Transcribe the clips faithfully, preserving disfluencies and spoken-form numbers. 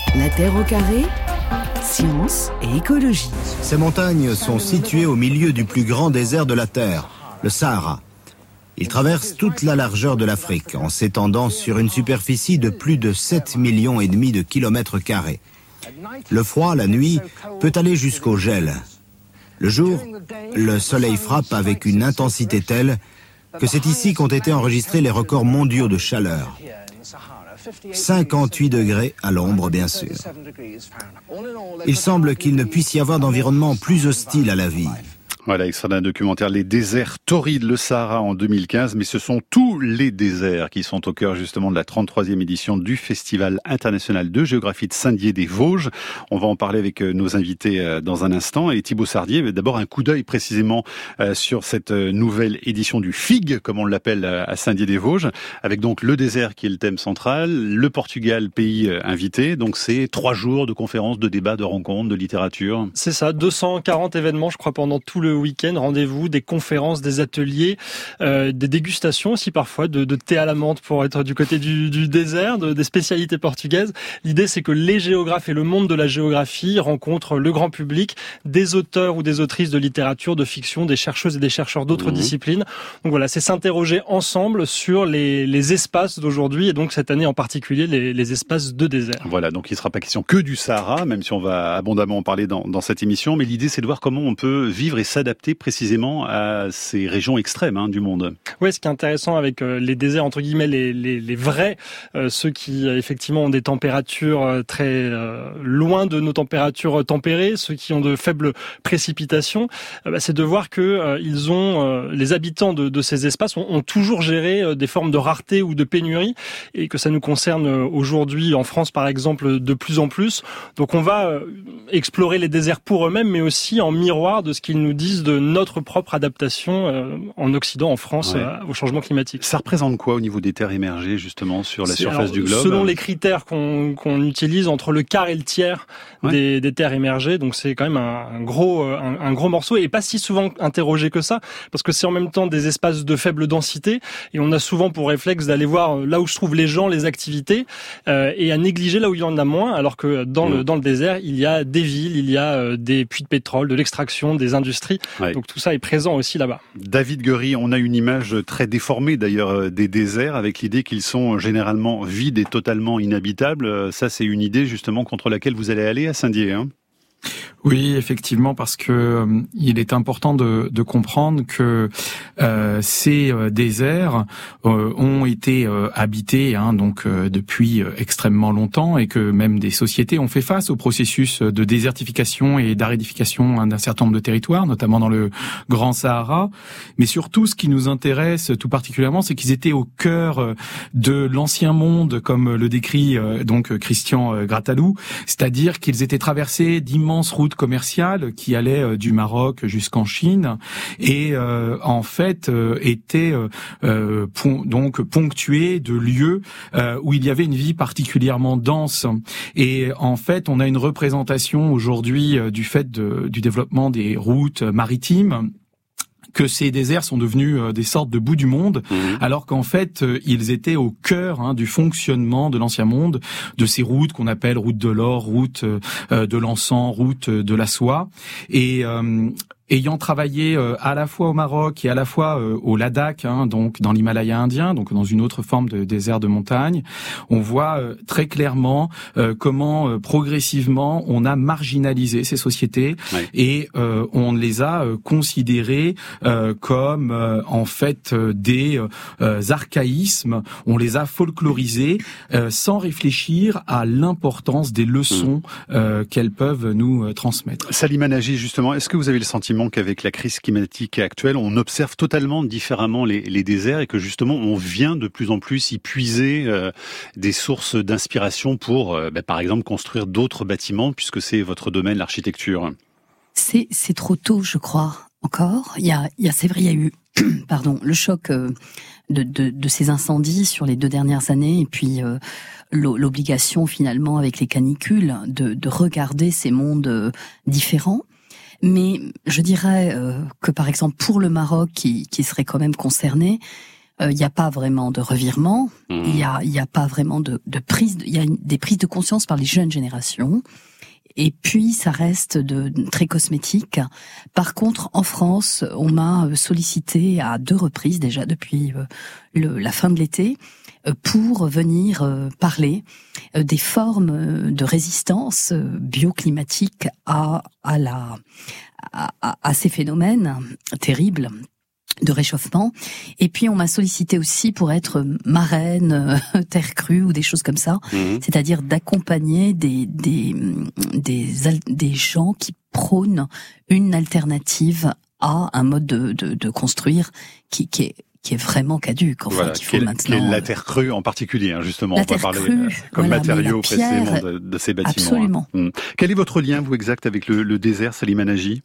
La Terre au carré, science et écologie. Ces montagnes sont situées au milieu du plus grand désert de la Terre, le Sahara. Il traverse toute la largeur de l'Afrique en s'étendant sur une superficie de plus de sept millions et demi de kilomètres carrés. Le froid, la nuit, peut aller jusqu'au gel. Le jour, le soleil frappe avec une intensité telle que c'est ici qu'ont été enregistrés les records mondiaux de chaleur. cinquante-huit degrés à l'ombre, bien sûr. Il semble qu'il ne puisse y avoir d'environnement plus hostile à la vie. Voilà, extrait d'un documentaire Les déserts torrides, le Sahara en deux mille quinze, mais ce sont tous les déserts qui sont au cœur justement de la trente-troisième édition du Festival international de géographie de Saint-Dié-des-Vosges. On va en parler avec nos invités dans un instant. Et Thibaut Sardier, mais d'abord un coup d'œil précisément sur cette nouvelle édition du F I G, comme on l'appelle à Saint-Dié-des-Vosges, avec donc le désert qui est le thème central, le Portugal, pays invité. Donc c'est trois jours de conférences, de débats, de rencontres, de littérature. C'est ça, deux cent quarante événements, je crois, pendant tout le week-end, rendez-vous, des conférences, des ateliers, euh, des dégustations aussi parfois, de, de thé à la menthe pour être du côté du, du désert, de, des spécialités portugaises. L'idée, c'est que les géographes et le monde de la géographie rencontrent le grand public, des auteurs ou des autrices de littérature, de fiction, des chercheuses et des chercheurs d'autres mmh. disciplines. Donc voilà, c'est s'interroger ensemble sur les, les espaces d'aujourd'hui et donc cette année en particulier les, les espaces de désert. Voilà, donc il ne sera pas question que du Sahara, même si on va abondamment en parler dans, dans cette émission, mais l'idée, c'est de voir comment on peut vivre et s'adapter adapté précisément à ces régions extrêmes hein, du monde. Oui, ce qui est intéressant avec euh, les déserts, entre guillemets, les, les, les vrais, euh, ceux qui euh, effectivement ont des températures euh, très euh, loin de nos températures tempérées, ceux qui ont de faibles précipitations, euh, bah, c'est de voir que euh, ils ont, euh, les habitants de, de ces espaces ont, ont toujours géré euh, des formes de rareté ou de pénurie, et que ça nous concerne euh, aujourd'hui en France par exemple de plus en plus. Donc on va euh, explorer les déserts pour eux-mêmes, mais aussi en miroir de ce qu'ils nous disent de notre propre adaptation euh, en Occident, en France, ouais. euh, au changement climatique. Ça représente quoi au niveau des terres émergées, justement, sur la C'est, surface alors, du globe ? Selon les critères qu'on, qu'on utilise, entre le quart et le tiers ouais. des, des terres émergées, donc c'est quand même un, un, gros, un, un gros morceau, et pas si souvent interrogé que ça, parce que c'est en même temps des espaces de faible densité, et on a souvent pour réflexe d'aller voir là où se trouvent les gens, les activités, euh, et à négliger là où il y en a moins, alors que dans, mmh. le, dans le désert, il y a des villes, il y a euh, des puits de pétrole, de l'extraction, des industries. Ouais. Donc tout ça est présent aussi là-bas. David Guery, on a une image très déformée d'ailleurs des déserts avec l'idée qu'ils sont généralement vides et totalement inhabitables. Ça, c'est une idée justement contre laquelle vous allez aller à Saint-Dié, hein ? Oui, effectivement, parce que euh, il est important de, de comprendre que euh, ces euh, déserts euh, ont été euh, habités hein, donc euh, depuis euh, extrêmement longtemps et que même des sociétés ont fait face au processus de désertification et d'aridification hein, d'un certain nombre de territoires, notamment dans le Grand Sahara. Mais surtout, ce qui nous intéresse tout particulièrement, c'est qu'ils étaient au cœur de l'ancien monde, comme le décrit euh, donc Christian euh, Grattalou, c'est-à-dire qu'ils étaient traversés d'immenses routes commerciales qui allaient euh, du Maroc jusqu'en Chine et euh, en fait euh, étaient euh, pon- donc ponctués de lieux euh, où il y avait une vie particulièrement dense. Et en fait, on a une représentation aujourd'hui euh, du fait de, du développement des routes maritimes, que ces déserts sont devenus euh, des sortes de bout du monde, mmh. alors qu'en fait, euh, ils étaient au cœur hein, du fonctionnement de l'ancien monde, de ces routes qu'on appelle route de l'or, route euh, de l'encens, route de la soie. Et euh, ayant travaillé euh, à la fois au Maroc et à la fois euh, au Ladakh, hein, donc dans l'Himalaya indien, donc dans une autre forme de désert de montagne, on voit euh, très clairement euh, comment euh, progressivement on a marginalisé ces sociétés oui. et euh, on les a euh, considérées euh, comme euh, en fait euh, des euh, archaïsmes, on les a folklorisées euh, sans réfléchir à l'importance des leçons mmh. euh, qu'elles peuvent nous euh, transmettre. Salima Nagy, justement, est-ce que vous avez le sentiment qu'avec la crise climatique actuelle, on observe totalement différemment les, les déserts et que justement on vient de plus en plus y puiser euh, des sources d'inspiration pour, euh, bah, par exemple, construire d'autres bâtiments, puisque c'est votre domaine, l'architecture. C'est, c'est trop tôt, je crois, encore. Il y a, il y a, c'est vrai, il y a eu, pardon, le choc euh, de, de, de ces incendies sur les deux dernières années, et puis euh, l'obligation finalement avec les canicules de, de regarder ces mondes euh, différents. Mais je dirais euh, que par exemple pour le Maroc qui, qui serait quand même concerné, il n'y a pas vraiment de revirement, il Mmh. y a, il y a pas vraiment de, de prise, il y a une, des prises de conscience par les jeunes générations. Et puis, ça reste de, de très cosmétique. Par contre, en France, on m'a sollicité à deux reprises déjà depuis euh, le, la fin de l'été euh, pour venir euh, parler euh, des formes de résistance euh, bioclimatique à, à, la, à, à, à ces phénomènes terribles de réchauffement. Et puis on m'a sollicité aussi pour être marraine, euh, terre crue ou des choses comme ça, Mmh. c'est-à-dire d'accompagner des des des al- des gens qui prônent une alternative à un mode de de, de construire qui qui est qui est vraiment caduque, enfin Voilà, qu'il faut quelle, maintenant. quelle la terre crue en particulier, hein, justement. La on va terre parler crue, euh, comme voilà, matériau mais la pierre, précisément de, de ces bâtiments. absolument. hein. Mmh. Quel est votre lien, vous, exact, avec le, le désert, Salima Nagy?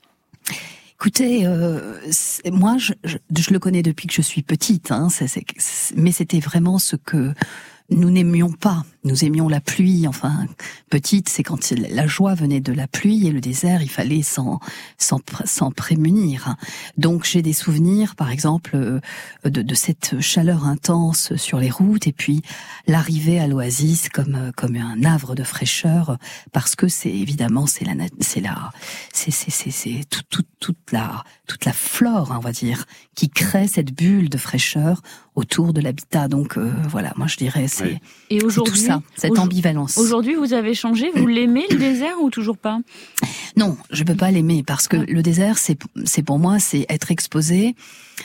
Écoutez, euh, c'est- moi, je, je, je le connais depuis que je suis petite, hein, c'est, c'est, c'est- mais c'était vraiment ce que nous n'aimions pas. Nous aimions la pluie. Enfin, petite, c'est quand la joie venait de la pluie et le désert, il fallait s'en s'en, pr- s'en prémunir. Donc, j'ai des souvenirs, par exemple, euh, de, de cette chaleur intense sur les routes et puis l'arrivée à l'oasis comme euh, comme un havre de fraîcheur, parce que c'est évidemment c'est la nat- c'est la c'est c'est c'est c'est tout, tout, toute la toute la flore, hein, on va dire, qui crée cette bulle de fraîcheur autour de l'habitat. Donc euh, voilà, moi je dirais c'est, Oui. Et c'est tout aujourd'hui, ça, cette aujourd- ambivalence. aujourd'hui, vous avez changé. Vous l'aimez le désert ou toujours pas? Non, je peux pas l'aimer parce que le désert, c'est c'est pour moi, c'est être exposé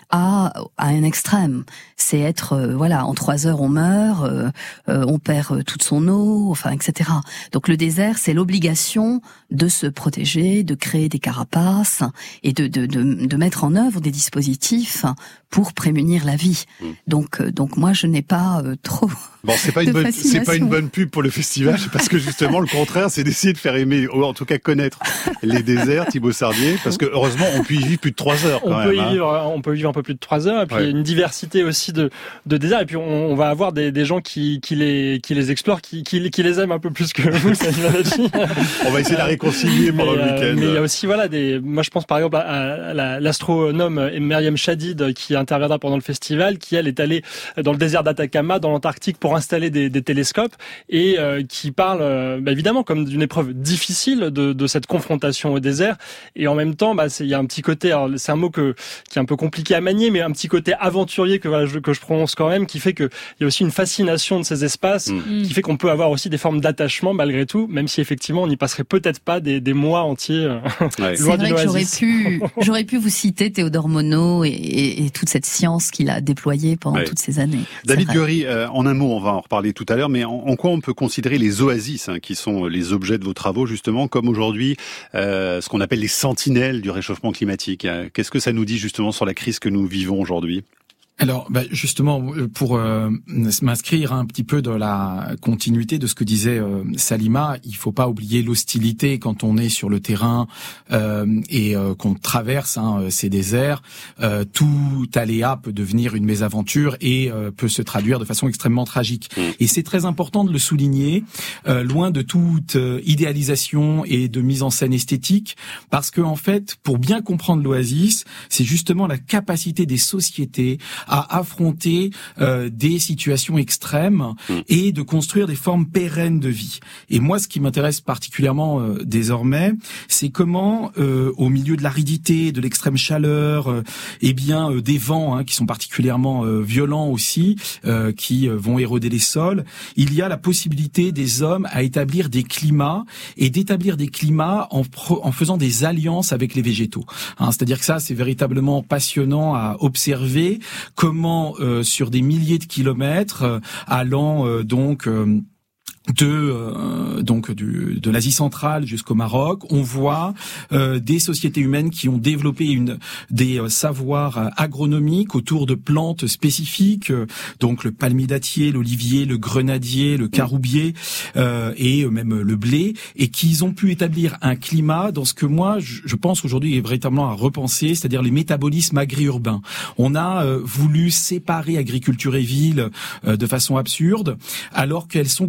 à à un extrême. C'est être euh, voilà, en trois heures on meurt, euh, euh, on perd euh, toute son eau, enfin et cetera. Donc le désert, c'est l'obligation de se protéger, de créer des carapaces et de de de, de mettre en œuvre des dispositifs pour prémunir la vie. Mmh. Donc euh, donc moi je n'ai pas euh, trop. Bon, c'est pas une de bonne, c'est pas fascination. une bonne pub pour le festival, parce que justement, le contraire, c'est d'essayer de faire aimer, ou en tout cas connaître les déserts, Thibaut Sardier, parce que heureusement, on peut y vivre plus de trois heures quand On même. peut y hein. vivre, on peut vivre un peu plus de trois heures, et puis Ouais. il y a une diversité aussi de, de déserts, et puis on, on va avoir des, des gens qui, qui les, qui les explorent, qui, qui, qui les aiment un peu plus que vous, Salima Nagy. On va essayer de la réconcilier Mais, pendant le euh, week-end. mais il y a aussi voilà des. Moi, je pense par exemple à, à la- l'astronome Myriam Chadid qui interviendra pendant le festival, qui elle est allée dans le désert d'Atacama, dans l'Antarctique, pour installer des, des télescopes et euh, qui parle euh, bah, évidemment comme d'une épreuve difficile de, de cette confrontation au désert. Et en même temps, bah, c'est il y a un petit côté. Alors, c'est un mot que qui est un peu compliqué à manier, mais un petit côté aventurier que voilà je, que je prononce quand même, qui fait que il y a aussi une fascination de ces espaces, Mmh. qui fait qu'on peut avoir aussi des formes d'attachement malgré tout, même si effectivement on n'y passerait peut-être pas des, des mois entiers. euh, Ouais. C'est loin vrai d'une que j'aurais oasis. pu, j'aurais pu vous citer Théodore Monod et, et, et toute cette science qu'il a déployée pendant Ouais. toutes ces années. C'est David vrai. Guery, euh, en un mot, on va en reparler tout à l'heure, mais en, en quoi on peut considérer les oasis, hein, qui sont les objets de vos travaux, justement, comme aujourd'hui euh, ce qu'on appelle les sentinelles du réchauffement climatique. hein. Qu'est-ce que ça nous dit justement sur la crise que nous vivons aujourd'hui ? Alors, bah, justement, pour euh, m'inscrire un petit peu dans la continuité de ce que disait euh, Salima, il faut pas oublier l'hostilité quand on est sur le terrain euh, et euh, qu'on traverse hein, ces déserts. Euh, tout aléa peut devenir une mésaventure et euh, peut se traduire de façon extrêmement tragique. Mmh. Et c'est très important de le souligner, euh, loin de toute euh, idéalisation et de mise en scène esthétique, parce que en fait, pour bien comprendre l'Oasis, c'est justement la capacité des sociétés à affronter euh, des situations extrêmes Mmh. et de construire des formes pérennes de vie. Et moi, ce qui m'intéresse particulièrement euh, désormais, c'est comment, euh, au milieu de l'aridité, de l'extrême chaleur, euh, eh bien, euh, des vents hein, qui sont particulièrement euh, violents aussi, euh, qui euh, vont éroder les sols, il y a la possibilité des hommes à établir des climats et d'établir des climats en, pro- en faisant des alliances avec les végétaux. Hein, c'est-à-dire que ça, c'est véritablement passionnant à observer. Comment euh, sur des milliers de kilomètres, euh, allant euh, donc euh, de euh, donc du, de l'Asie centrale jusqu'au Maroc, on voit euh, des sociétés humaines qui ont développé une des euh, savoirs euh, agronomiques autour de plantes spécifiques, euh, donc le palmier dattier, l'olivier, le grenadier, le caroubier euh, et euh, même le blé, et qu'ils ont pu établir un climat dans ce que moi je, je pense aujourd'hui est véritablement à repenser, c'est-à-dire les métabolismes agri-urbains. On a euh, voulu séparer agriculture et ville euh, de façon absurde, alors qu'elles sont consubstantielles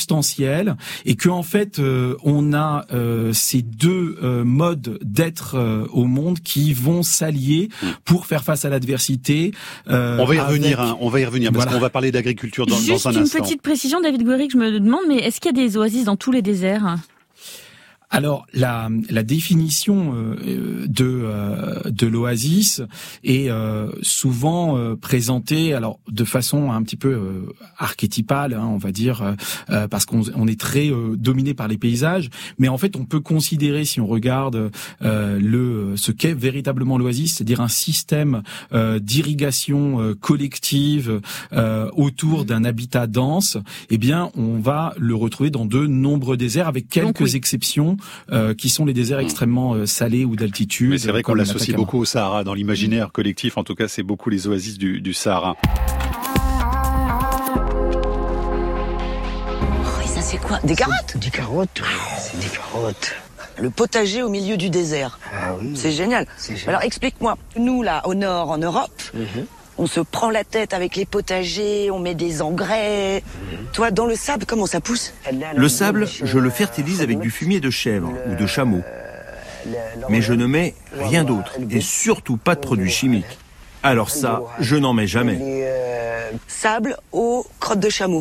substantielle et que en fait euh, on a euh, ces deux euh, modes d'être euh, au monde qui vont s'allier pour faire face à l'adversité. Euh, on va y avec... revenir, hein, on va y revenir parce voilà. qu'on va parler d'agriculture dans, Juste dans un instant. instant. Une petite précision, David Guerry, que je me demande, mais est-ce qu'il y a des oasis dans tous les déserts ? Alors la, la définition euh, de euh, de l'oasis est euh, souvent euh, présentée alors de façon un petit peu euh, archétypale, hein, on va dire, euh, parce qu'on on est très euh, dominé par les paysages, mais en fait on peut considérer, si on regarde euh, le ce qu'est véritablement l'oasis, c'est-à-dire un système euh, d'irrigation euh, collective euh, autour d'un habitat dense, eh bien on va le retrouver dans de nombreux déserts avec quelques Donc, oui. exceptions. Euh, qui sont les déserts extrêmement euh, salés ou d'altitude. Mais c'est vrai qu'on l'associe beaucoup au Sahara. Dans l'imaginaire collectif, en tout cas, c'est beaucoup les oasis du, du Sahara. Oh, et ça c'est quoi ? Des carottes ? Des carottes, c'est des carottes. Le potager au milieu du désert. Ah oui. C'est génial. C'est génial. Alors explique-moi, nous là, au nord, en Europe, mm-hmm. on se prend la tête avec les potagers, on met des engrais. Mmh. Toi, dans le sable, comment ça pousse ? Le sable, je le fertilise avec du fumier de chèvre ou de chameau. Mais je ne mets rien d'autre et surtout pas de produits chimiques. Alors ça, je n'en mets jamais. Sable aux crottes de chameau.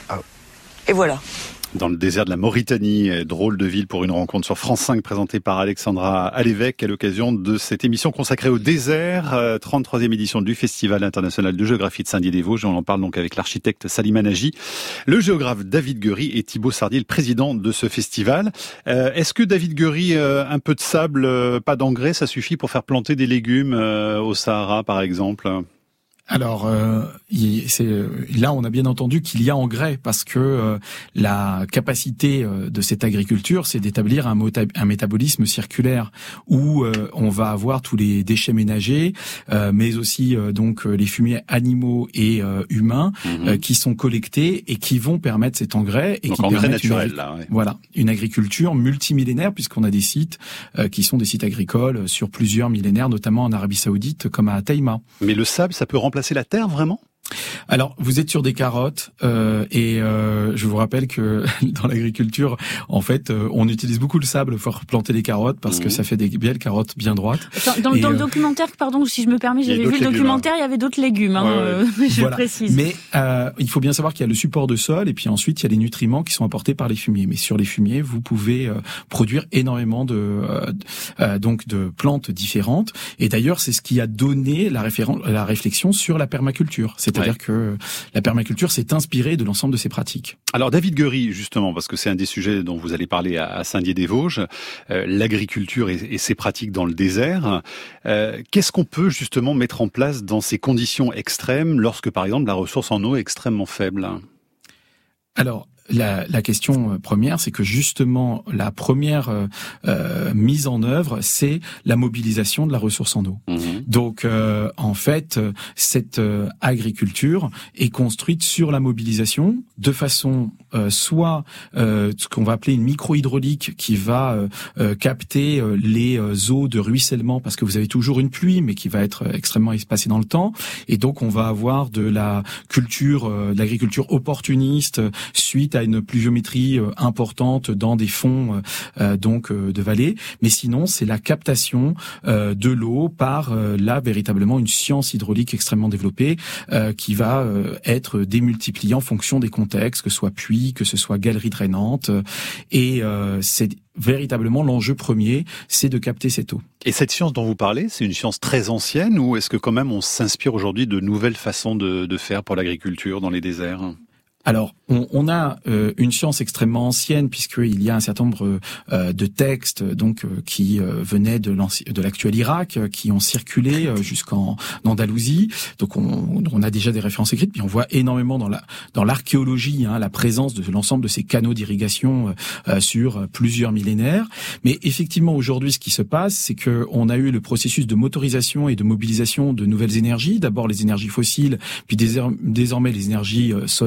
Et voilà. Dans le désert de la Mauritanie, drôle de ville pour une rencontre sur France cinq présentée par Alexandra Alévèque à l'occasion de cette émission consacrée au désert, trente-troisième édition du Festival international de géographie de Saint-Dié-des-Vosges. On en parle donc avec l'architecte Salima Nagy, le géographe David Guerry et Thibaut Sardier, le président de ce festival. Euh, est-ce que David Guerry, euh, un peu de sable, euh, pas d'engrais, ça suffit pour faire planter des légumes euh, au Sahara par exemple ? Alors, euh, c'est, là, on a bien entendu qu'il y a engrais parce que euh, la capacité euh, de cette agriculture, c'est d'établir un, mota- un métabolisme circulaire où euh, on va avoir tous les déchets ménagers, euh, mais aussi euh, donc les fumiers animaux et euh, humains mmh. euh, qui sont collectés et qui vont permettre cet engrais et donc qui engrais permettent naturel, une, là, ouais. voilà, une agriculture multimillénaire puisqu'on a des sites euh, qui sont des sites agricoles sur plusieurs millénaires, notamment en Arabie Saoudite comme à Taïma. Mais le sable, ça peut remplacer la terre, vraiment ? Alors, vous êtes sur des carottes euh, et euh, je vous rappelle que dans l'agriculture, en fait, euh, on utilise beaucoup le sable pour planter les carottes parce mmh. que ça fait des belles carottes bien droites. Dans, dans, et, dans le euh, documentaire, pardon, si je me permets, j'avais vu le documentaire, hein. Il y avait d'autres légumes, hein, ouais, ouais. Euh, je voilà. précise. Mais euh, il faut bien savoir qu'il y a le support de sol et puis ensuite il y a les nutriments qui sont apportés par les fumiers. Mais sur les fumiers, vous pouvez euh, produire énormément de euh, euh, donc de plantes différentes. Et d'ailleurs, c'est ce qui a donné la, référen- la réflexion sur la permaculture. C'est-à-dire ouais. que la permaculture s'est inspirée de l'ensemble de ces pratiques. Alors David Guerry, justement, parce que c'est un des sujets dont vous allez parler à, à Saint-Dié-des-Vosges, euh, l'agriculture et, et ses pratiques dans le désert. Euh, qu'est-ce qu'on peut justement mettre en place dans ces conditions extrêmes lorsque, par exemple, la ressource en eau est extrêmement faible ? Alors, La, la question première, c'est que justement, la première euh, euh, mise en œuvre, c'est la mobilisation de la ressource en eau. Mmh. Donc, euh, en fait, cette euh, agriculture est construite sur la mobilisation de façon euh, soit euh, ce qu'on va appeler une micro-hydraulique qui va euh, euh, capter euh, les euh, eaux de ruissellement parce que vous avez toujours une pluie, mais qui va être extrêmement espacée dans le temps. Et donc, on va avoir de la culture, euh, de l'agriculture opportuniste suite à une pluviométrie euh, importante dans des fonds euh, donc euh, de vallées, mais sinon c'est la captation euh, de l'eau par euh, là véritablement une science hydraulique extrêmement développée euh, qui va euh, être démultipliée en fonction des contextes, que ce soit puits, que ce soit galeries drainantes, et euh, c'est véritablement l'enjeu premier, c'est de capter cette eau. Et cette science dont vous parlez, c'est une science très ancienne ou est-ce que quand même on s'inspire aujourd'hui de nouvelles façons de, de faire pour l'agriculture dans les déserts ? Alors, on, on a euh, une science extrêmement ancienne puisqu'il y a un certain nombre euh, de textes donc euh, qui euh, venaient de, de l'actuel Irak, euh, qui ont circulé euh, jusqu'en Andalousie. Donc, on, on a déjà des références écrites. Puis on voit énormément dans la dans l'archéologie hein, la présence de l'ensemble de ces canaux d'irrigation euh, sur plusieurs millénaires. Mais effectivement, aujourd'hui, ce qui se passe, c'est que on a eu le processus de motorisation et de mobilisation de nouvelles énergies. D'abord les énergies fossiles, puis désormais les énergies euh, solaires. Mmh.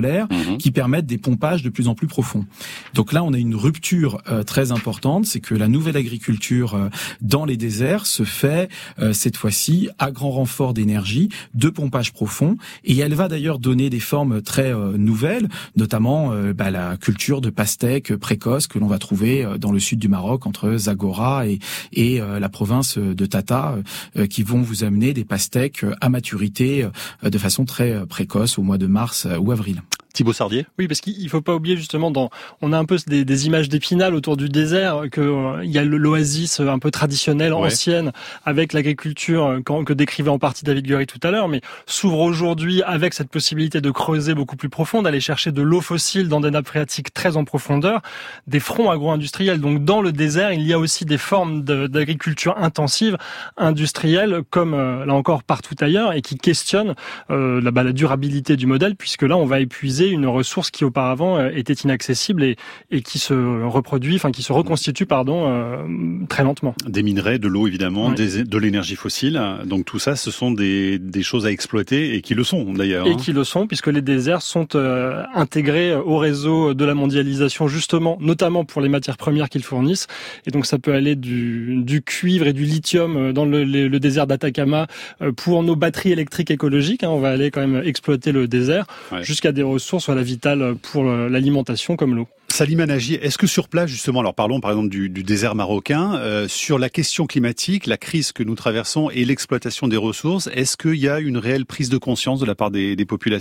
mmh. qui permettent des pompages de plus en plus profonds. Donc là, on a une rupture euh, très importante, c'est que la nouvelle agriculture euh, dans les déserts se fait euh, cette fois-ci à grand renfort d'énergie, de pompage profond, et elle va d'ailleurs donner des formes très euh, nouvelles, notamment euh, bah, la culture de pastèques précoces que l'on va trouver euh, dans le sud du Maroc, entre Zagora et, et euh, la province de Tata, euh, qui vont vous amener des pastèques à maturité euh, de façon très précoce au mois de mars euh, ou avril. Thibaut Sardier. Oui, parce qu'il faut pas oublier justement, dans, on a un peu des, des images d'Épinal autour du désert, que euh, il y a l'oasis un peu traditionnelle, ouais. ancienne, avec l'agriculture euh, que décrivait en partie David Guery tout à l'heure, mais s'ouvre aujourd'hui avec cette possibilité de creuser beaucoup plus profond, d'aller chercher de l'eau fossile dans des nappes phréatiques très en profondeur, des fronts agro-industriels. Donc dans le désert, il y a aussi des formes d'agriculture intensive, industrielle, comme euh, là encore partout ailleurs, et qui questionnent euh, la, bah, la durabilité du modèle, puisque là on va épuiser une ressource qui auparavant était inaccessible et, et qui se reproduit, enfin qui se reconstitue, pardon, euh, très lentement. Des minerais, de l'eau évidemment, oui. des, de l'énergie fossile. Donc tout ça, ce sont des, des choses à exploiter et qui le sont d'ailleurs. Et hein. qui le sont, puisque les déserts sont euh, intégrés au réseau de la mondialisation, justement, notamment pour les matières premières qu'ils fournissent. Et donc ça peut aller du, du cuivre et du lithium dans le, le, le désert d'Atacama pour nos batteries électriques écologiques. Hein, on va aller quand même exploiter le désert, ouais. jusqu'à des ressources soit la vitale pour l'alimentation comme l'eau. Salima Nagy, est-ce que sur place justement, alors parlons par exemple du, du désert marocain, euh, sur la question climatique, la crise que nous traversons et l'exploitation des ressources, est-ce qu'il y a une réelle prise de conscience de la part des, des populations ?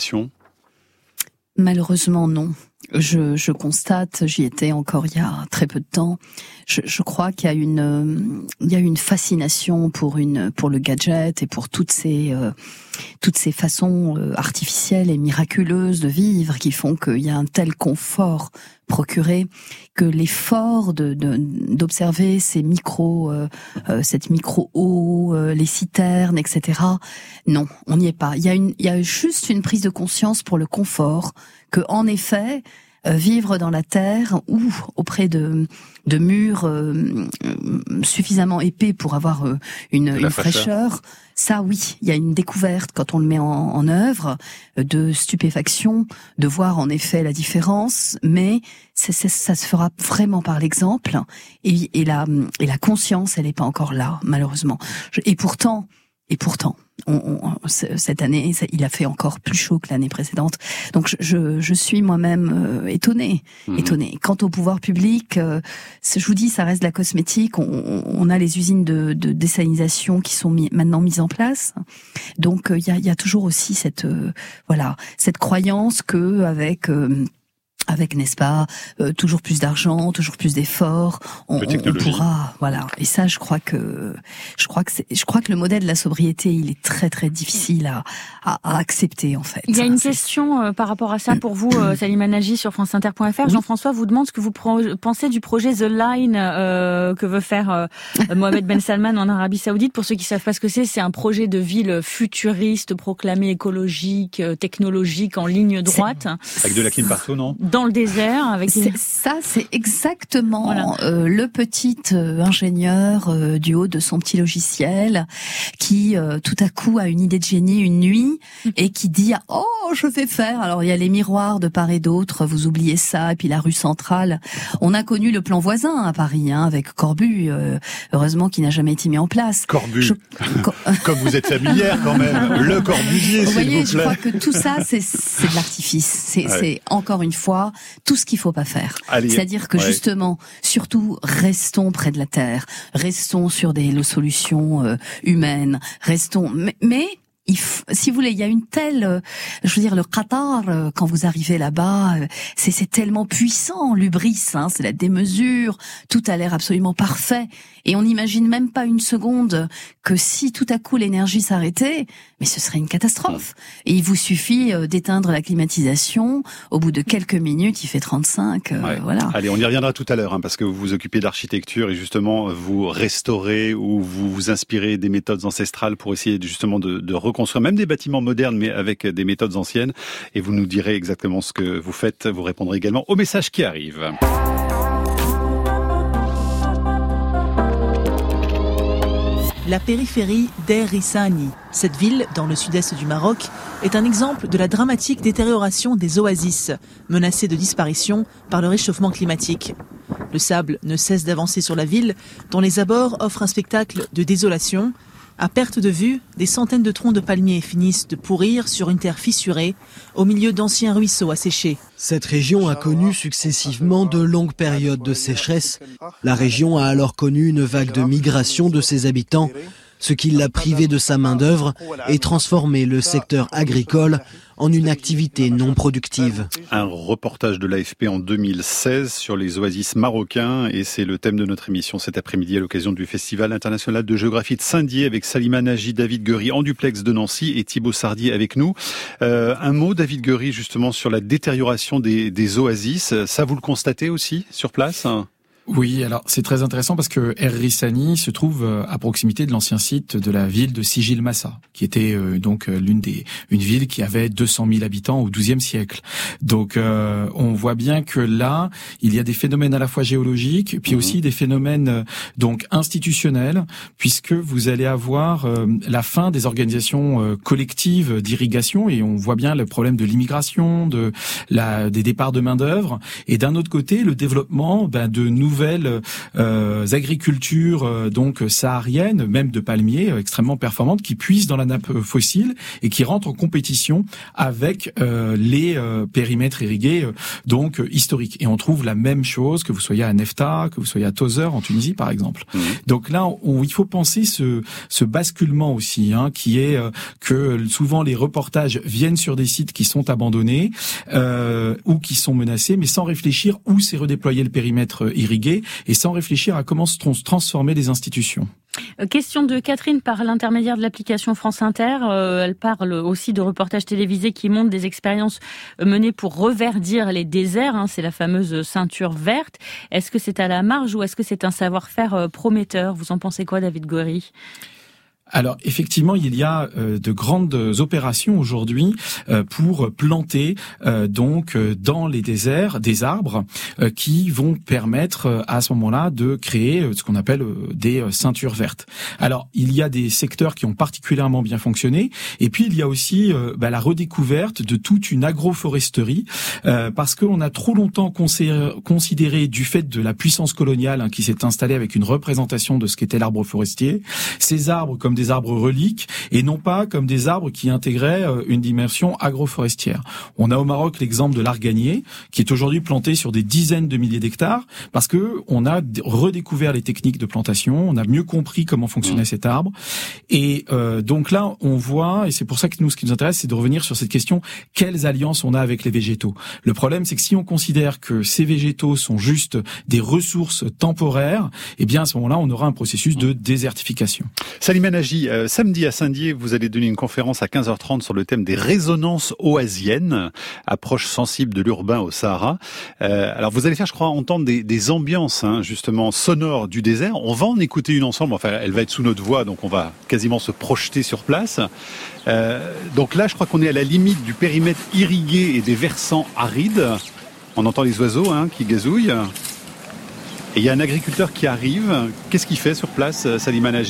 Malheureusement non. Je, je constate, j'y étais encore il y a très peu de temps. Je, je crois qu'il y a une, il y a une fascination pour une, pour le gadget et pour toutes ces, euh, toutes ces façons euh, artificielles et miraculeuses de vivre qui font qu'il y a un tel confort procuré que l'effort de, de d'observer ces micros, euh, euh, cette micro-eau, euh, les citernes, et cetera. Non, on n'y est pas. Il y a une, il y a juste une prise de conscience pour le confort que, en effet, euh, vivre dans la terre ou auprès de de murs euh, suffisamment épais pour avoir euh, une, une fraîcheur. fraîcheur, ça oui, il y a une découverte quand on le met en, en œuvre, de stupéfaction, de voir en effet la différence, mais c'est, c'est, ça se fera vraiment par l'exemple et, et la et la conscience, elle n'est pas encore là malheureusement. Et pourtant. Et pourtant, on, on, cette année, il a fait encore plus chaud que l'année précédente. Donc, je, je, je suis moi-même euh, étonnée, mmh. étonnée. Quant au pouvoir public, euh, je vous dis, ça reste de la cosmétique. On, on a les usines de, de désalinisation qui sont mis, maintenant mises en place. Donc, il euh, y, a, y a toujours aussi cette, euh, voilà, cette croyance que avec euh, Avec, n'est-ce pas, euh, toujours plus d'argent, toujours plus d'efforts, on, on, on pourra, voilà. Et ça, je crois que, je crois que c'est, je crois que le modèle de la sobriété, il est très très difficile à, à, à accepter en fait. Il y a une c'est... question euh, par rapport à ça pour vous, euh, Salima Nagy sur France Inter point F R. Oui. Jean-François vous demande ce que vous pro- pensez du projet The Line euh, que veut faire euh, Mohamed Ben Salman en Arabie Saoudite. Pour ceux qui savent pas ce que c'est, c'est un projet de ville futuriste, proclamé écologique, euh, technologique, en ligne droite. C'est... Avec de la clim partout, non? Dans le désert, avec c'est, ça, c'est exactement voilà. euh, le petit euh, ingénieur euh, du haut de son petit logiciel qui euh, tout à coup a une idée de génie une nuit et qui dit oh je vais faire. Alors il y a les miroirs de part et d'autre, vous oubliez ça, et puis la rue centrale. On a connu le plan voisin à Paris hein, avec Corbu, euh, heureusement qui n'a jamais été mis en place. Corbu, je... comme vous êtes familière quand même, le Corbusier. Vous s'il voyez, vous plaît. Je crois que tout ça c'est, c'est de l'artifice. C'est, ouais. c'est encore une fois tout ce qu'il faut pas faire. Allez, c'est-à-dire que ouais. justement, surtout, restons près de la terre, restons sur des solutions euh, humaines, restons, mais, mais il f... si vous voulez, il y a une telle, euh, je veux dire, le Qatar, euh, quand vous arrivez là-bas, euh, c'est, c'est tellement puissant, l'hubris, hein, c'est la démesure, tout a l'air absolument parfait, et on n'imagine même pas une seconde que si tout à coup l'énergie s'arrêtait, mais ce serait une catastrophe. Et il vous suffit euh, d'éteindre la climatisation, au bout de quelques minutes, il fait trente-cinq, euh, ouais. voilà. Allez, on y reviendra tout à l'heure, hein, parce que vous vous occupez d'architecture et justement vous restaurez ou vous vous inspirez des méthodes ancestrales pour essayer justement de, de reconstruire même des bâtiments modernes, mais avec des méthodes anciennes. Et vous nous direz exactement ce que vous faites. Vous répondrez également aux messages qui arrivent. la périphérie d'Er Rissani. Cette ville, dans le sud-est du Maroc, est un exemple de la dramatique détérioration des oasis, menacées de disparition par le réchauffement climatique. Le sable ne cesse d'avancer sur la ville, dont les abords offrent un spectacle de désolation. À perte de vue, des centaines de troncs de palmiers finissent de pourrir sur une terre fissurée, au milieu d'anciens ruisseaux asséchés. Cette région a connu successivement de longues périodes de sécheresse. La région a alors connu une vague de migration de ses habitants, ce qui l'a privé de sa main-d'œuvre et transformé le secteur agricole en une activité non productive. Un reportage de l'A F P en deux mille seize sur les oasis marocains, et c'est le thème de notre émission cet après-midi à l'occasion du Festival international de géographie de Saint-Dié avec Salima Nagy, David Guery en duplex de Nancy et Thibaut Sardier avec nous. Euh, un mot, David Guery, justement sur la détérioration des, des oasis. Ça, vous le constatez aussi sur place ? Oui, alors c'est très intéressant parce que Er Rissani se trouve à proximité de l'ancien site de la ville de Sijil Massa, qui était euh, donc l'une des une ville qui avait deux cent mille habitants au douzième siècle. Donc euh, on voit bien que là, il y a des phénomènes à la fois géologiques, puis aussi des phénomènes euh, donc institutionnels, puisque vous allez avoir euh, la fin des organisations euh, collectives d'irrigation, et on voit bien le problème de l'immigration, de la des départs de main d'œuvre, et d'un autre côté le développement ben, de nouvelles nouvelles euh, agricultures euh, donc sahariennes, même de palmiers euh, extrêmement performantes, qui puisent dans la nappe fossile et qui rentrent en compétition avec euh, les euh, périmètres irrigués euh, donc euh, historiques. Et on trouve la même chose que vous soyez à Nefta, que vous soyez à Tozeur en Tunisie par exemple. Mmh. Donc là, on, il faut penser ce, ce basculement aussi, hein, qui est euh, que souvent les reportages viennent sur des sites qui sont abandonnés euh, ou qui sont menacés, mais sans réfléchir où s'est redéployé le périmètre irrigué et sans réfléchir à comment se transformer les institutions. Question de Catherine par l'intermédiaire de l'application France Inter. Euh, elle parle aussi de reportages télévisés qui montrent des expériences menées pour reverdir les déserts. Hein, c'est la fameuse ceinture verte. Est-ce que c'est à la marge ou est-ce que c'est un savoir-faire prometteur ? Vous en pensez quoi, David Guery ? Alors effectivement, il y a euh, de grandes opérations aujourd'hui euh, pour planter euh, donc euh, dans les déserts des arbres euh, qui vont permettre euh, à ce moment-là de créer euh, ce qu'on appelle euh, des euh, ceintures vertes. Alors il y a des secteurs qui ont particulièrement bien fonctionné, et puis il y a aussi euh, bah, la redécouverte de toute une agroforesterie euh, parce qu'on a trop longtemps considéré, considéré du fait de la puissance coloniale hein, qui s'est installée avec une représentation de ce qu'était l'arbre forestier, ces arbres comme des des arbres reliques et non pas comme des arbres qui intégraient une dimension agroforestière. On a au Maroc l'exemple de l'arganier qui est aujourd'hui planté sur des dizaines de milliers d'hectares parce que on a redécouvert les techniques de plantation, on a mieux compris comment fonctionnait cet arbre et euh, donc là on voit, et c'est pour ça que nous ce qui nous intéresse c'est de revenir sur cette question, quelles alliances on a avec les végétaux. Le problème c'est que si on considère que ces végétaux sont juste des ressources temporaires, eh bien à ce moment-là on aura un processus de désertification. Salima Nagy, Euh, samedi à Saint-Dié, vous allez donner une conférence à quinze heures trente sur le thème des résonances oasiennes, approche sensible de l'urbain au Sahara. Euh, alors vous allez faire, je crois, entendre des, des ambiances hein, justement sonores du désert. On va en écouter une ensemble, enfin elle va être sous notre voix, donc on va quasiment se projeter sur place. Euh, donc là, je crois qu'on est à la limite du périmètre irrigué et des versants arides. On entend les oiseaux hein, qui gazouillent. Et il y a un agriculteur qui arrive. Qu'est-ce qu'il fait sur place, Salima Nagy ?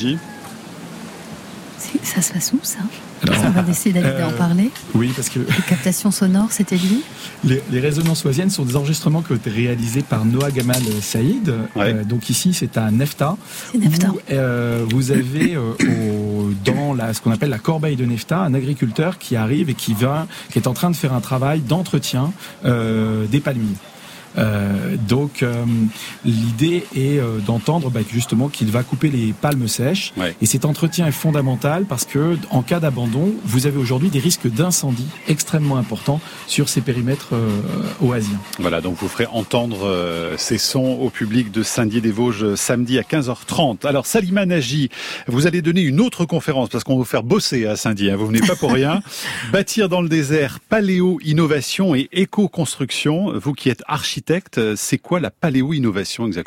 Ça se passe où, ça ? Alors, on va laisser David euh, en parler. Oui, parce que... Les captations sonores, c'était lui. Les, les résonances oasiennes sont des enregistrements qui ont été réalisés par Noah Gamal Saïd. Ouais. Euh, donc ici, c'est à Nefta. C'est Nefta. Où, euh, vous avez euh, au, dans la, ce qu'on appelle la corbeille de Nefta, un agriculteur qui arrive et qui, va, qui est en train de faire un travail d'entretien euh, des palmiers. Euh, donc euh, l'idée est euh, d'entendre bah, justement qu'il va couper les palmes sèches ouais. Et cet entretien est fondamental parce que en cas d'abandon, vous avez aujourd'hui des risques d'incendie extrêmement importants sur ces périmètres euh, oasiens. Voilà, donc vous ferez entendre euh, ces sons au public de Saint-Dié-des-Vosges samedi à quinze heures trente. Alors Salima Nagy, vous allez donner une autre conférence parce qu'on va vous faire bosser à Saint-Dié, hein, vous venez pas pour rien. Bâtir dans le désert, paléo-innovation et éco-construction, vous qui êtes architecte, c'est quoi la paléo-innovation exactement ?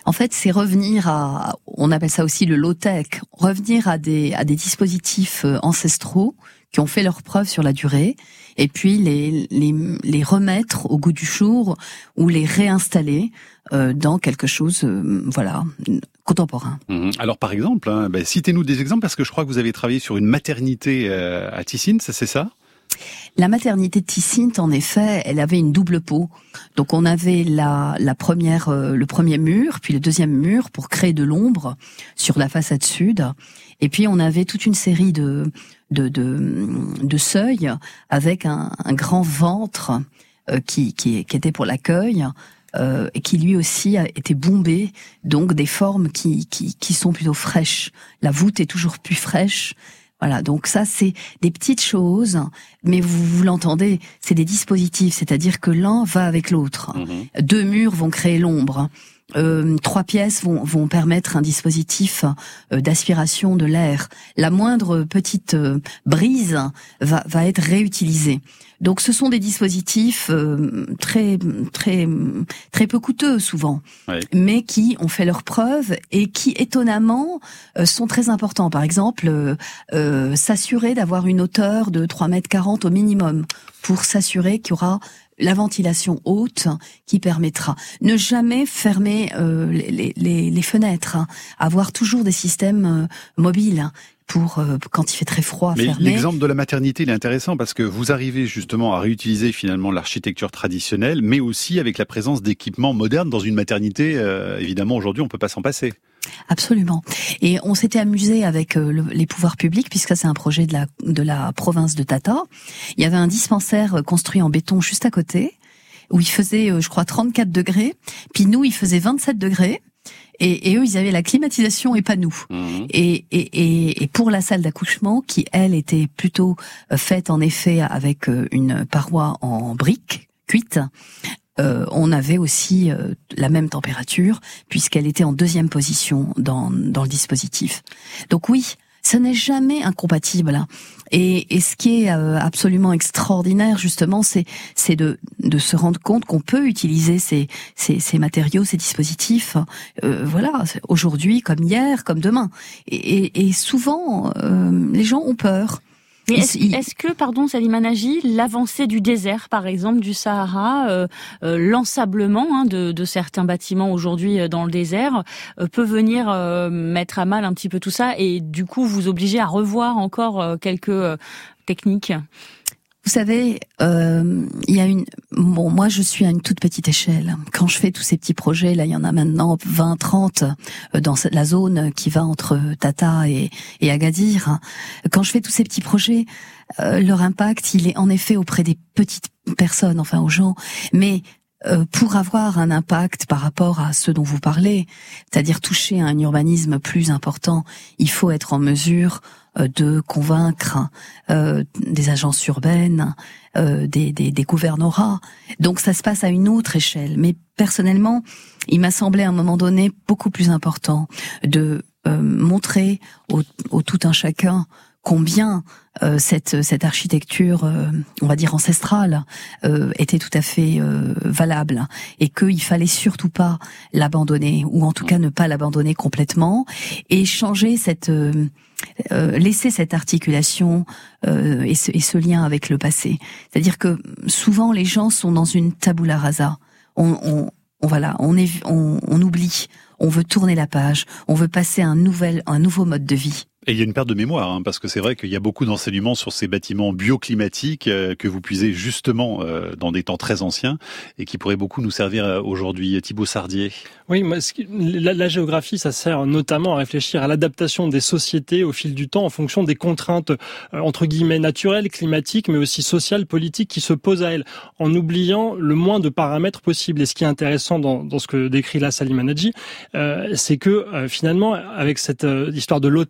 En fait, c'est revenir à, on appelle ça aussi le low-tech, revenir à des, à des dispositifs ancestraux qui ont fait leurs preuves sur la durée, et puis les, les, les remettre au goût du jour ou les réinstaller euh, dans quelque chose, euh, voilà, contemporain. Mmh. Alors par exemple, hein, bah, citez-nous des exemples, parce que je crois que vous avez travaillé sur une maternité euh, à Tissines, ça c'est ça ? La maternité de Tissines, en effet, elle avait une double peau. Donc on avait la, la première, euh, le premier mur, puis le deuxième mur pour créer de l'ombre sur la façade sud. Et puis on avait toute une série de de de, de seuils avec un, un grand ventre euh, qui, qui qui était pour l'accueil. Euh, et qui lui aussi a été bombé, donc des formes qui qui qui sont plutôt fraîches. La voûte est toujours plus fraîche. Voilà, donc ça c'est des petites choses, mais vous, vous l'entendez, c'est des dispositifs, c'est-à-dire que l'un va avec l'autre. Mmh. Deux murs vont créer l'ombre. Euh, trois pièces vont, vont permettre un dispositif euh, d'aspiration de l'air. La moindre petite euh, brise va, va être réutilisée. Donc ce sont des dispositifs euh, très très très peu coûteux souvent, oui. mais qui ont fait leurs preuves et qui étonnamment euh, sont très importants. Par exemple, euh, euh, s'assurer d'avoir une hauteur de trois mètres quarante au minimum pour s'assurer qu'il y aura la ventilation haute qui permettra. Ne jamais fermer euh, les, les, les fenêtres, hein. Avoir toujours des systèmes euh, mobiles. Hein. Pour euh, quand il fait très froid, mais fermer. L'exemple de la maternité, il est intéressant parce que vous arrivez justement à réutiliser finalement l'architecture traditionnelle, mais aussi avec la présence d'équipements modernes dans une maternité. Euh, évidemment, aujourd'hui, on peut pas s'en passer. Absolument. Et on s'était amusé avec euh, le, les pouvoirs publics, puisque c'est un projet de la de la province de Tata. Il y avait un dispensaire construit en béton juste à côté, où il faisait, euh, je crois, trente-quatre degrés. Puis nous, il faisait vingt-sept degrés. Et, et eux, ils avaient la climatisation et pas nous. Mmh. Et, et, et, et pour la salle d'accouchement, qui elle était plutôt faite en effet avec une paroi en briques cuite, euh, on avait aussi euh, la même température puisqu'elle était en deuxième position dans, dans le dispositif. Donc oui, ce n'est jamais incompatible. Et, et ce qui est euh, absolument extraordinaire, justement, c'est, c'est de, de se rendre compte qu'on peut utiliser ces, ces, ces matériaux, ces dispositifs, euh, voilà, aujourd'hui comme hier, comme demain. Et, et, et souvent, euh, les gens ont peur. Mais est-ce, est-ce que, pardon, Salima Nagy, l'avancée du désert, par exemple, du Sahara, euh, euh, l'ensablement hein, de, de certains bâtiments aujourd'hui dans le désert, euh, peut venir euh, mettre à mal un petit peu tout ça et du coup vous obliger à revoir encore euh, quelques euh, techniques? Vous savez, euh, il y a une. Bon, moi, je suis à une toute petite échelle. Quand je fais tous ces petits projets, là, il y en a maintenant vingt, trente dans la zone qui va entre Tata et, et Agadir. Quand je fais tous ces petits projets, euh, leur impact, il est en effet auprès des petites personnes, enfin aux gens, mais euh, pour avoir un impact par rapport à ce dont vous parlez, c'est-à-dire toucher à un urbanisme plus important, il faut être en mesure de convaincre euh, des agences urbaines, euh, des, des, des gouvernorats. Donc ça se passe à une autre échelle. Mais personnellement, il m'a semblé à un moment donné beaucoup plus important de euh, montrer au, au tout un chacun combien euh, cette cette architecture, euh, on va dire ancestrale, euh, était tout à fait euh, valable et qu'il fallait surtout pas l'abandonner ou en tout cas ne pas l'abandonner complètement et changer cette euh, euh, laisser cette articulation euh, et, ce, et ce lien avec le passé. C'est-à-dire que souvent les gens sont dans une tabula rasa. On, on, on voilà, on, est, on, on oublie, on veut tourner la page, on veut passer à un nouvel, un nouveau mode de vie. Et il y a une perte de mémoire, hein, parce que c'est vrai qu'il y a beaucoup d'enseignements sur ces bâtiments bioclimatiques euh, que vous puisez justement euh, dans des temps très anciens et qui pourraient beaucoup nous servir euh, aujourd'hui. Thibaut Sardier. Oui, moi, ce qui, la, la géographie, ça sert notamment à réfléchir à l'adaptation des sociétés au fil du temps en fonction des contraintes euh, entre guillemets naturelles, climatiques, mais aussi sociales, politiques qui se posent à elles, en oubliant le moins de paramètres possibles. Et ce qui est intéressant dans, dans ce que décrit là Salima Nagy, euh, c'est que euh, finalement, avec cette euh, histoire de low-tech, de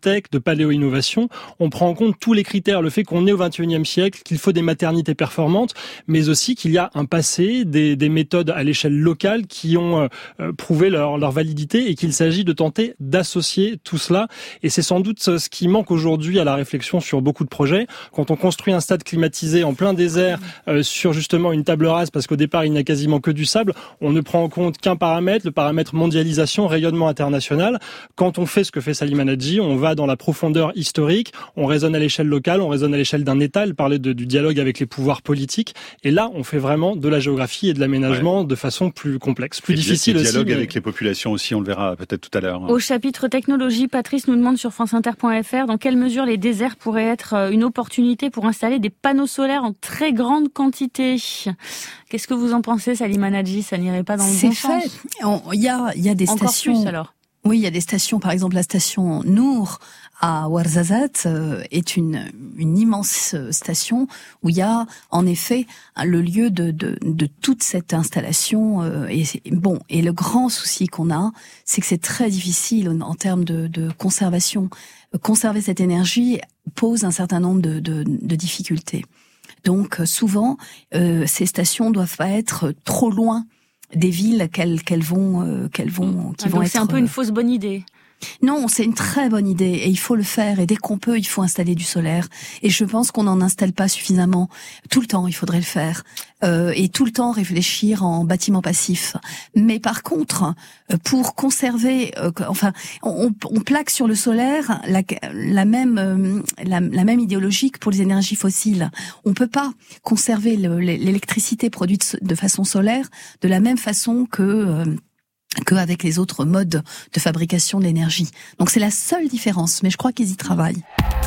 paléo-innovation, on prend en compte tous les critères, le fait qu'on est au vingt et unième siècle, qu'il faut des maternités performantes, mais aussi qu'il y a un passé, des, des méthodes à l'échelle locale qui ont euh, prouvé leur, leur validité et qu'il s'agit de tenter d'associer tout cela. Et c'est sans doute ce qui manque aujourd'hui à la réflexion sur beaucoup de projets. Quand on construit un stade climatisé en plein désert euh, sur justement une table rase, parce qu'au départ il n'y a quasiment que du sable, on ne prend en compte qu'un paramètre, le paramètre mondialisation, rayonnement international. Quand on fait ce que fait Salim Hanadji, on va dans la profondeur historique, on raisonne à l'échelle locale, on raisonne à l'échelle d'un État, elle parlait de, du dialogue avec les pouvoirs politiques, et là on fait vraiment de la géographie et de l'aménagement ouais. de façon plus complexe, plus et difficile aussi. Le dialogue mais... avec les populations aussi, on le verra peut-être tout à l'heure. Au chapitre technologie, Patrice nous demande sur france inter point f r dans quelle mesure les déserts pourraient être une opportunité pour installer des panneaux solaires en très grande quantité. Qu'est-ce que vous en pensez, Salim Hanadji? Ça n'irait pas dans le bon sens? C'est fait. Il y a, il y a des Encore stations. Plus, alors. Oui, il y a des stations. Par exemple, la station Nour à Ouarzazate euh, est une, une immense station où il y a en effet le lieu de, de, de toute cette installation. Euh, et bon, et le grand souci qu'on a, c'est que c'est très difficile en, en termes de, de conservation. Conserver cette énergie pose un certain nombre de, de, de difficultés. Donc souvent, euh, ces stations doivent pas être trop loin des villes qu'elles, qu'elles vont, euh, qu'elles vont, qui ah, vont donc être. C'est un peu une fausse bonne idée. Non, c'est une très bonne idée et il faut le faire. Et dès qu'on peut, il faut installer du solaire. Et je pense qu'on n'en installe pas suffisamment. Tout le temps, il faudrait le faire. Euh, et tout le temps réfléchir en bâtiment passif. Mais par contre, pour conserver, euh, enfin, on, on plaque sur le solaire la, la même euh, la, la même idéologie que pour les énergies fossiles. On peut pas conserver le, l'électricité produite de façon solaire de la même façon que euh, qu'avec les autres modes de fabrication de l'énergie. Donc c'est la seule différence, mais je crois qu'ils y travaillent.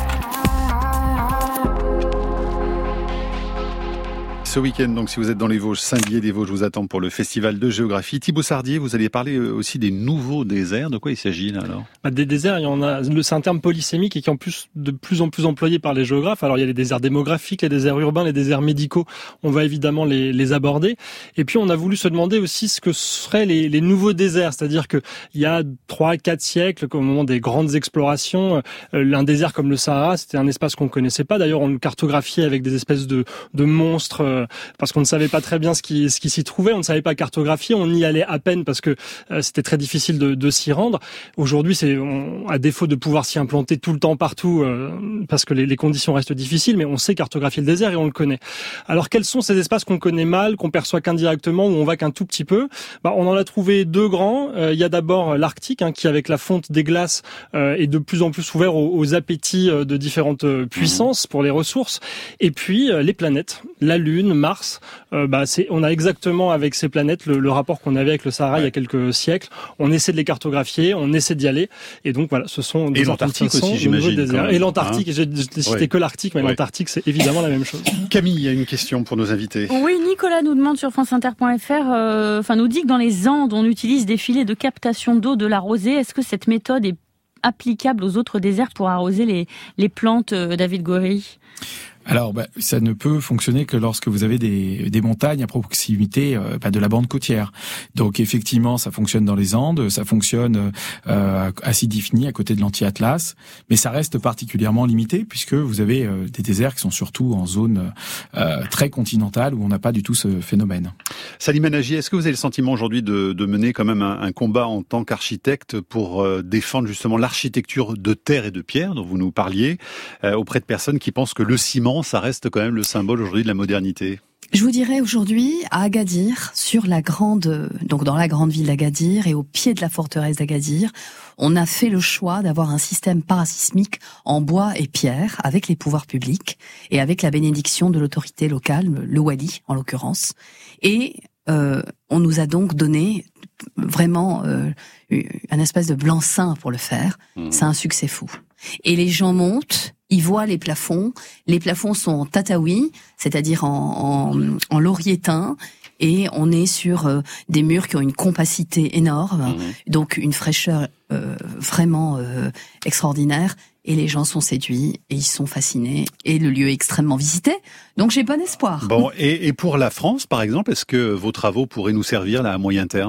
Ce week-end, donc, si vous êtes dans les Vosges, Saint-Dié-des-Vosges, je vous attends pour le festival de géographie. Thibaut Sardier, vous allez parler aussi des nouveaux déserts. De quoi il s'agit, là, alors? Bah, des déserts, il y en a. C'est un terme polysémique et qui est en plus de plus en plus employé par les géographes. Alors, il y a les déserts démographiques, les déserts urbains, les déserts médicaux. On va évidemment les, les aborder. Et puis, on a voulu se demander aussi ce que seraient les, les nouveaux déserts. C'est-à-dire que il y a trois, quatre siècles, au moment des grandes explorations, euh, un désert comme le Sahara, c'était un espace qu'on connaissait pas. D'ailleurs, on le cartographiait avec des espèces de, de monstres, euh, parce qu'on ne savait pas très bien ce qui, ce qui s'y trouvait, on ne savait pas cartographier, on y allait à peine parce que euh, c'était très difficile de, de s'y rendre. Aujourd'hui, c'est on, à défaut de pouvoir s'y implanter tout le temps partout, euh, parce que les, les conditions restent difficiles, mais on sait cartographier le désert et on le connaît. Alors, quels sont ces espaces qu'on connaît mal, qu'on perçoit qu'indirectement, où on va qu'un tout petit peu? Bah, on en a trouvé deux grands. Euh, il y a d'abord l'Arctique, hein, qui avec la fonte des glaces euh, est de plus en plus ouvert aux, aux appétits de différentes puissances pour les ressources. Et puis euh, les planètes, la Lune, Mars. Euh, bah, c'est, on a exactement avec ces planètes le, le rapport qu'on avait avec le Sahara ouais. il y a quelques siècles. On essaie de les cartographier, on essaie d'y aller. Et donc voilà, ce sont et l'Antarctique aussi, j'imagine. Et l'Antarctique, hein. j'ai, j'ai cité ouais. que l'Arctique, mais ouais. l'Antarctique, c'est évidemment la même chose. Camille, il y a une question pour nos invités. Oui, Nicolas nous demande sur france inter point f r, enfin euh, nous dit que dans les Andes, on utilise des filets de captation d'eau de la rosée. Est-ce que cette méthode est applicable aux autres déserts pour arroser les, les plantes, euh, David Goury? Alors, bah, ça ne peut fonctionner que lorsque vous avez des, des montagnes à proximité euh, bah, de la bande côtière. Donc, effectivement, ça fonctionne dans les Andes, ça fonctionne euh, à Sidi-Fni, à côté de l'Anti-Atlas, mais ça reste particulièrement limité puisque vous avez euh, des déserts qui sont surtout en zone euh, très continentale où on n'a pas du tout ce phénomène. Salim Hanadji, est-ce que vous avez le sentiment aujourd'hui de, de mener quand même un, un combat en tant qu'architecte pour euh, défendre justement l'architecture de terre et de pierre dont vous nous parliez euh, auprès de personnes qui pensent que le ciment, ça reste quand même le symbole aujourd'hui de la modernité? Je vous dirais aujourd'hui, à Agadir, sur la grande, donc dans la grande ville d'Agadir et au pied de la forteresse d'Agadir, on a fait le choix d'avoir un système parasismique en bois et pierre avec les pouvoirs publics et avec la bénédiction de l'autorité locale, le wali en l'occurrence. Et euh, on nous a donc donné vraiment euh, un espèce de blanc-seing pour le faire. Mmh. C'est un succès fou. Et les gens montent, ils voient les plafonds. Les plafonds sont en tataouis, c'est-à-dire en, en, en laurier teint. Et on est sur euh, des murs qui ont une compacité énorme, mmh. donc une fraîcheur euh, vraiment euh, extraordinaire. Et les gens sont séduits et ils sont fascinés. Et le lieu est extrêmement visité. Donc j'ai bon espoir. Bon, et, et pour la France, par exemple, est-ce que vos travaux pourraient nous servir là à moyen terme ?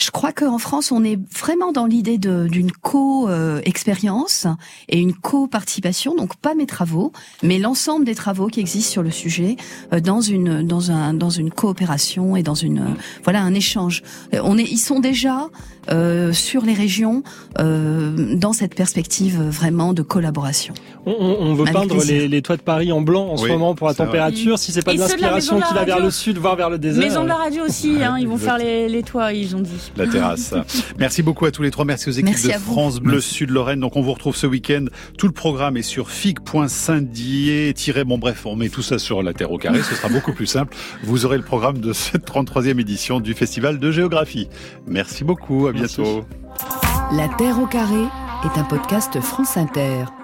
Je crois qu'en France, on est vraiment dans l'idée de, d'une co-expérience et une co-participation, donc pas mes travaux, mais l'ensemble des travaux qui existent sur le sujet euh, dans une dans un dans une coopération et dans une euh, voilà un échange. On est, ils sont déjà euh, sur les régions euh, dans cette perspective vraiment de collaboration. On, on veut Avec peindre les, les toits de Paris en blanc en oui, ce moment pour la température. vrai. Si c'est pas Et de ceux de la l'inspiration maison de qui la va vers radio. le sud, voire vers le désert. Maison de la radio aussi, hein, ils vont exact. faire les, les toits, ils ont dit. La terrasse. Merci beaucoup à tous les trois. Merci aux équipes Merci de à vous. France Bleu Sud-Lorraine. Donc on vous retrouve ce week-end. Tout le programme est sur fig point saint-dié. Bon bref, on met tout ça sur la Terre au carré. Ce sera beaucoup plus simple. Vous aurez le programme de cette trente-troisième édition du Festival de Géographie. Merci beaucoup. À Merci. bientôt. La Terre au carré est un podcast France Inter.